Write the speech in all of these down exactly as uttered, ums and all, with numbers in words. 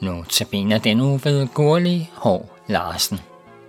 Notabene den uge ved Gurli Hov Larsen.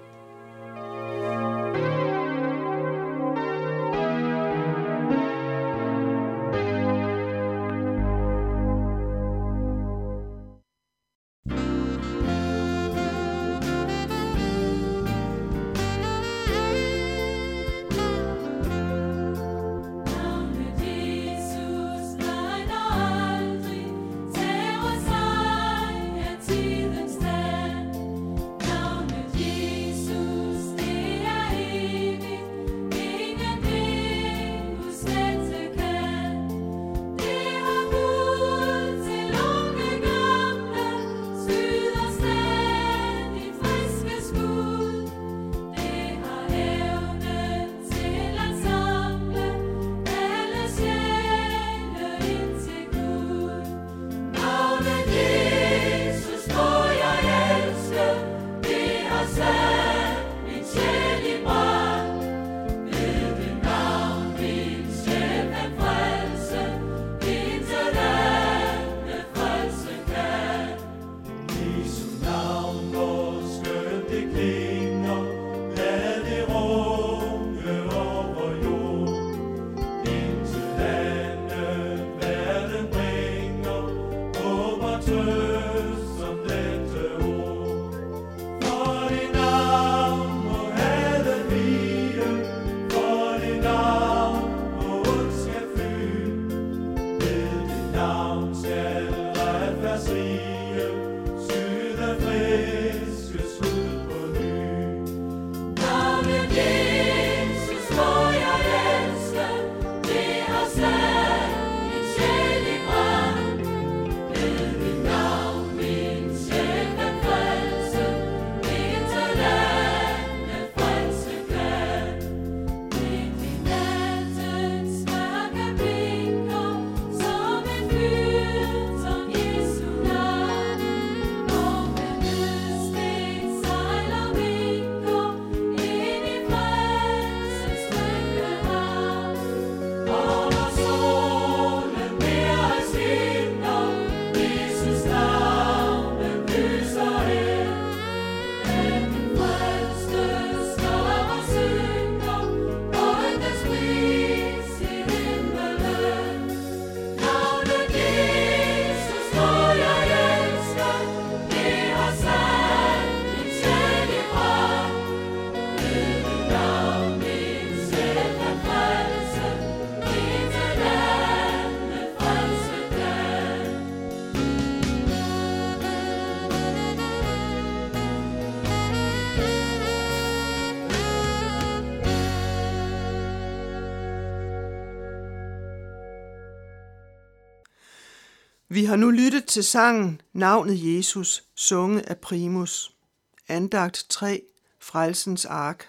Vi har nu lyttet til sangen Navnet Jesus, sunget af Primus. Andagt tre, Frelsens ark.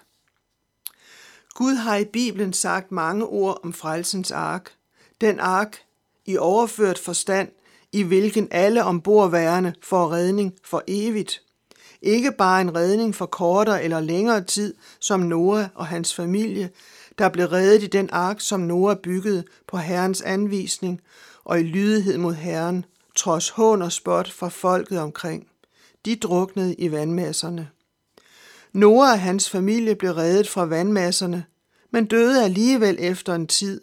Gud har i Bibelen sagt mange ord om frelsens ark. Den ark, i overført forstand, i hvilken alle ombordværende får redning for evigt. Ikke bare en redning for kortere eller længere tid, som Noah og hans familie, der blev reddet i den ark, som Noah byggede på Herrens anvisning, og i lydighed mod Herren, trods hån og spot fra folket omkring. De druknede i vandmasserne. Noah og hans familie blev reddet fra vandmasserne, men døde alligevel efter en tid.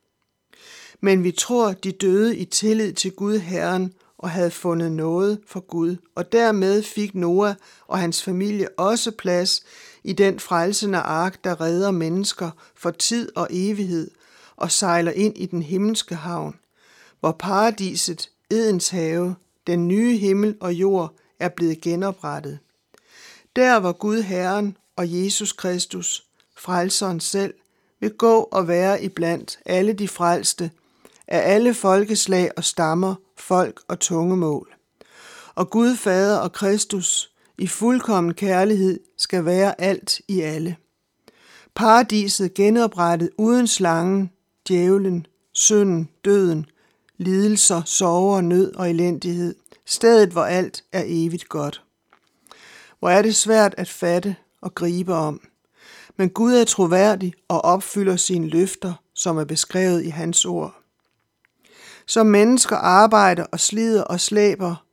Men vi tror, de døde i tillid til Gud Herren og havde fundet noget for Gud, og dermed fik Noah og hans familie også plads i den frelsende ark, der redder mennesker for tid og evighed og sejler ind i den himmelske havn, hvor paradiset, Edens have, den nye himmel og jord er blevet genoprettet. Der hvor Gud Herren og Jesus Kristus, frelseren selv, vil gå og være iblandt alle de frelste, af alle folkeslag og stammer, folk og tungemål. Og Gud Fader og Kristus i fuldkommen kærlighed skal være alt i alle. Paradiset genoprettet uden slangen, djævlen, synden, døden, lidelser, sorger, nød og elendighed. Stedet, hvor alt er evigt godt. Hvor er det svært at fatte og gribe om. Men Gud er troværdig og opfylder sine løfter, som er beskrevet i hans ord. Som mennesker arbejder og slider og slæber,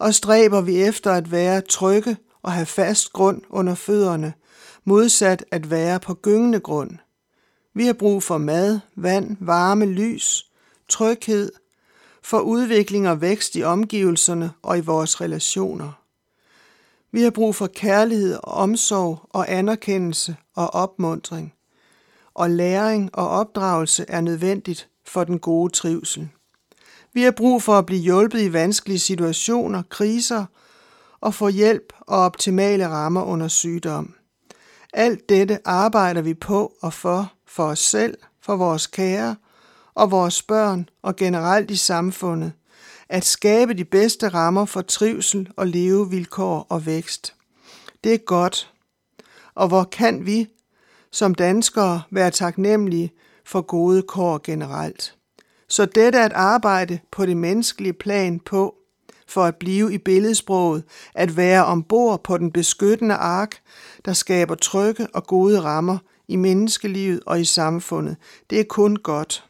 og stræber vi efter at være trygge og have fast grund under fødderne, modsat at være på gyngende grund. Vi har brug for mad, vand, varme, lys, tryghed, for udvikling og vækst i omgivelserne og i vores relationer. Vi har brug for kærlighed og omsorg og anerkendelse og opmuntring. Og læring og opdragelse er nødvendigt for den gode trivsel. Vi har brug for at blive hjulpet i vanskelige situationer, kriser og få hjælp og optimale rammer under sygdom. Alt dette arbejder vi på og for, for os selv, for vores kære og vores børn og generelt i samfundet, at skabe de bedste rammer for trivsel og levevilkår og vækst. Det er godt. Og hvor kan vi som danskere være taknemmelige for gode kår generelt. Så dette er at arbejde på det menneskelige plan på, for at blive i billedsproget, at være ombord på den beskyttende ark, der skaber trygge og gode rammer i menneskelivet og i samfundet. Det er kun godt.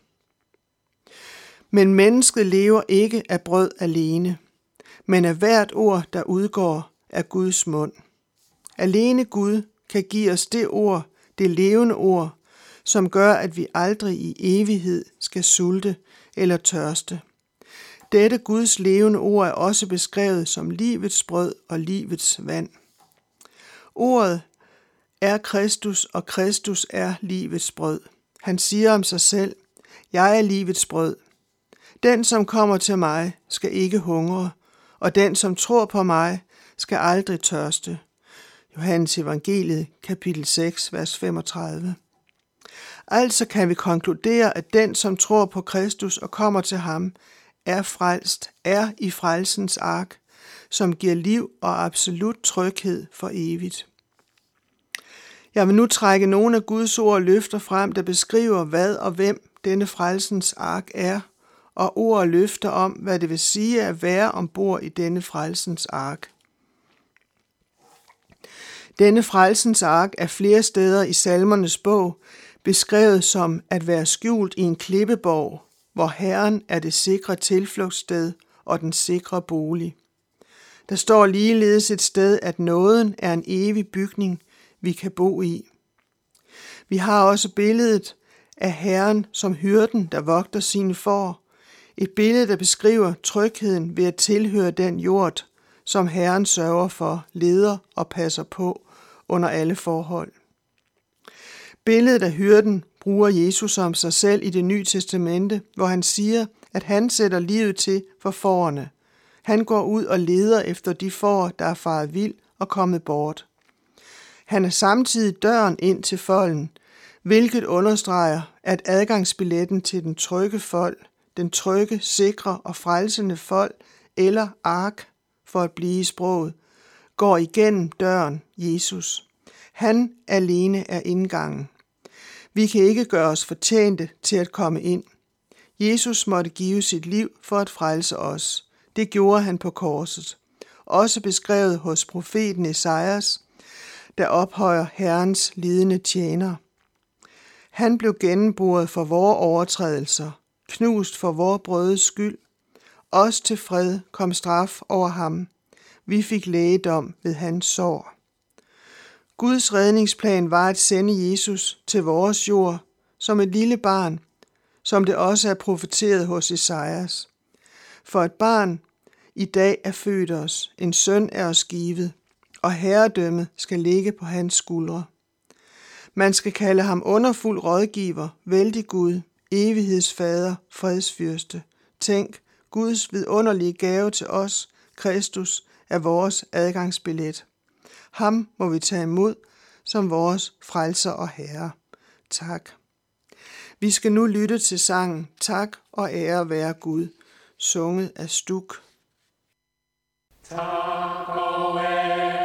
Men mennesket lever ikke af brød alene, men af hvert ord, der udgår af Guds mund. Alene Gud kan give os det ord, det levende ord, som gør, at vi aldrig i evighed skal sulte eller tørste. Dette Guds levende ord er også beskrevet som livets brød og livets vand. Ordet er Kristus, og Kristus er livets brød. Han siger om sig selv, jeg er livets brød. Den, som kommer til mig, skal ikke hungre, og den, som tror på mig, skal aldrig tørste. Johannes Evangeliet, kapitel seks, vers femogtredive. Altså kan vi konkludere, at den, som tror på Kristus og kommer til ham, er frelst, er i frelsens ark, som giver liv og absolut tryghed for evigt. Jeg vil nu trække nogle af Guds ord og løfter frem, der beskriver, hvad og hvem denne frelsens ark er, og ord og løfter om, hvad det vil sige at være ombord i denne frelsens ark. Denne frelsens ark er flere steder i Salmernes bog beskrevet som at være skjult i en klippeborg, hvor Herren er det sikre tilflugtssted og den sikre bolig. Der står ligeledes et sted, at nåden er en evig bygning, vi kan bo i. Vi har også billedet af Herren som hyrden, der vogter sine får. Et billede, der beskriver trygheden ved at tilhøre den jord, som Herren sørger for, leder og passer på under alle forhold. Billedet af hyrden bruger Jesus om sig selv i Det Nye Testamente, hvor han siger, at han sætter livet til for fårene. Han går ud og leder efter de får, der er faret vild og kommet bort. Han er samtidig døren ind til folden, hvilket understreger, at adgangsbilletten til den trygge fold, den trygge, sikre og frelsende fold, eller ark, for at blive i sproget, går igennem døren Jesus. Han alene er indgangen. Vi kan ikke gøre os fortjente til at komme ind. Jesus måtte give sit liv for at frelse os. Det gjorde han på korset. Også beskrevet hos profeten Esajas, der ophøjer Herrens lidende tjener. Han blev gennemboret for vore overtrædelser, knust for vore brødes skyld. Os til fred kom straf over ham. Vi fik lægedom ved hans sår. Guds redningsplan var at sende Jesus til vores jord som et lille barn, som det også er profeteret hos Esajas. For et barn i dag er født os, en søn er os givet, og herredømmet skal ligge på hans skuldre. Man skal kalde ham underfuld rådgiver, vældig Gud, evighedsfader, fredsfyrste. Tænk, Guds vidunderlige gave til os, Kristus, er vores adgangsbillet. Ham må vi tage imod som vores frelser og herre. Tak. Vi skal nu lytte til sangen Tak og ære være Gud, sunget af Stuk. Tak og ære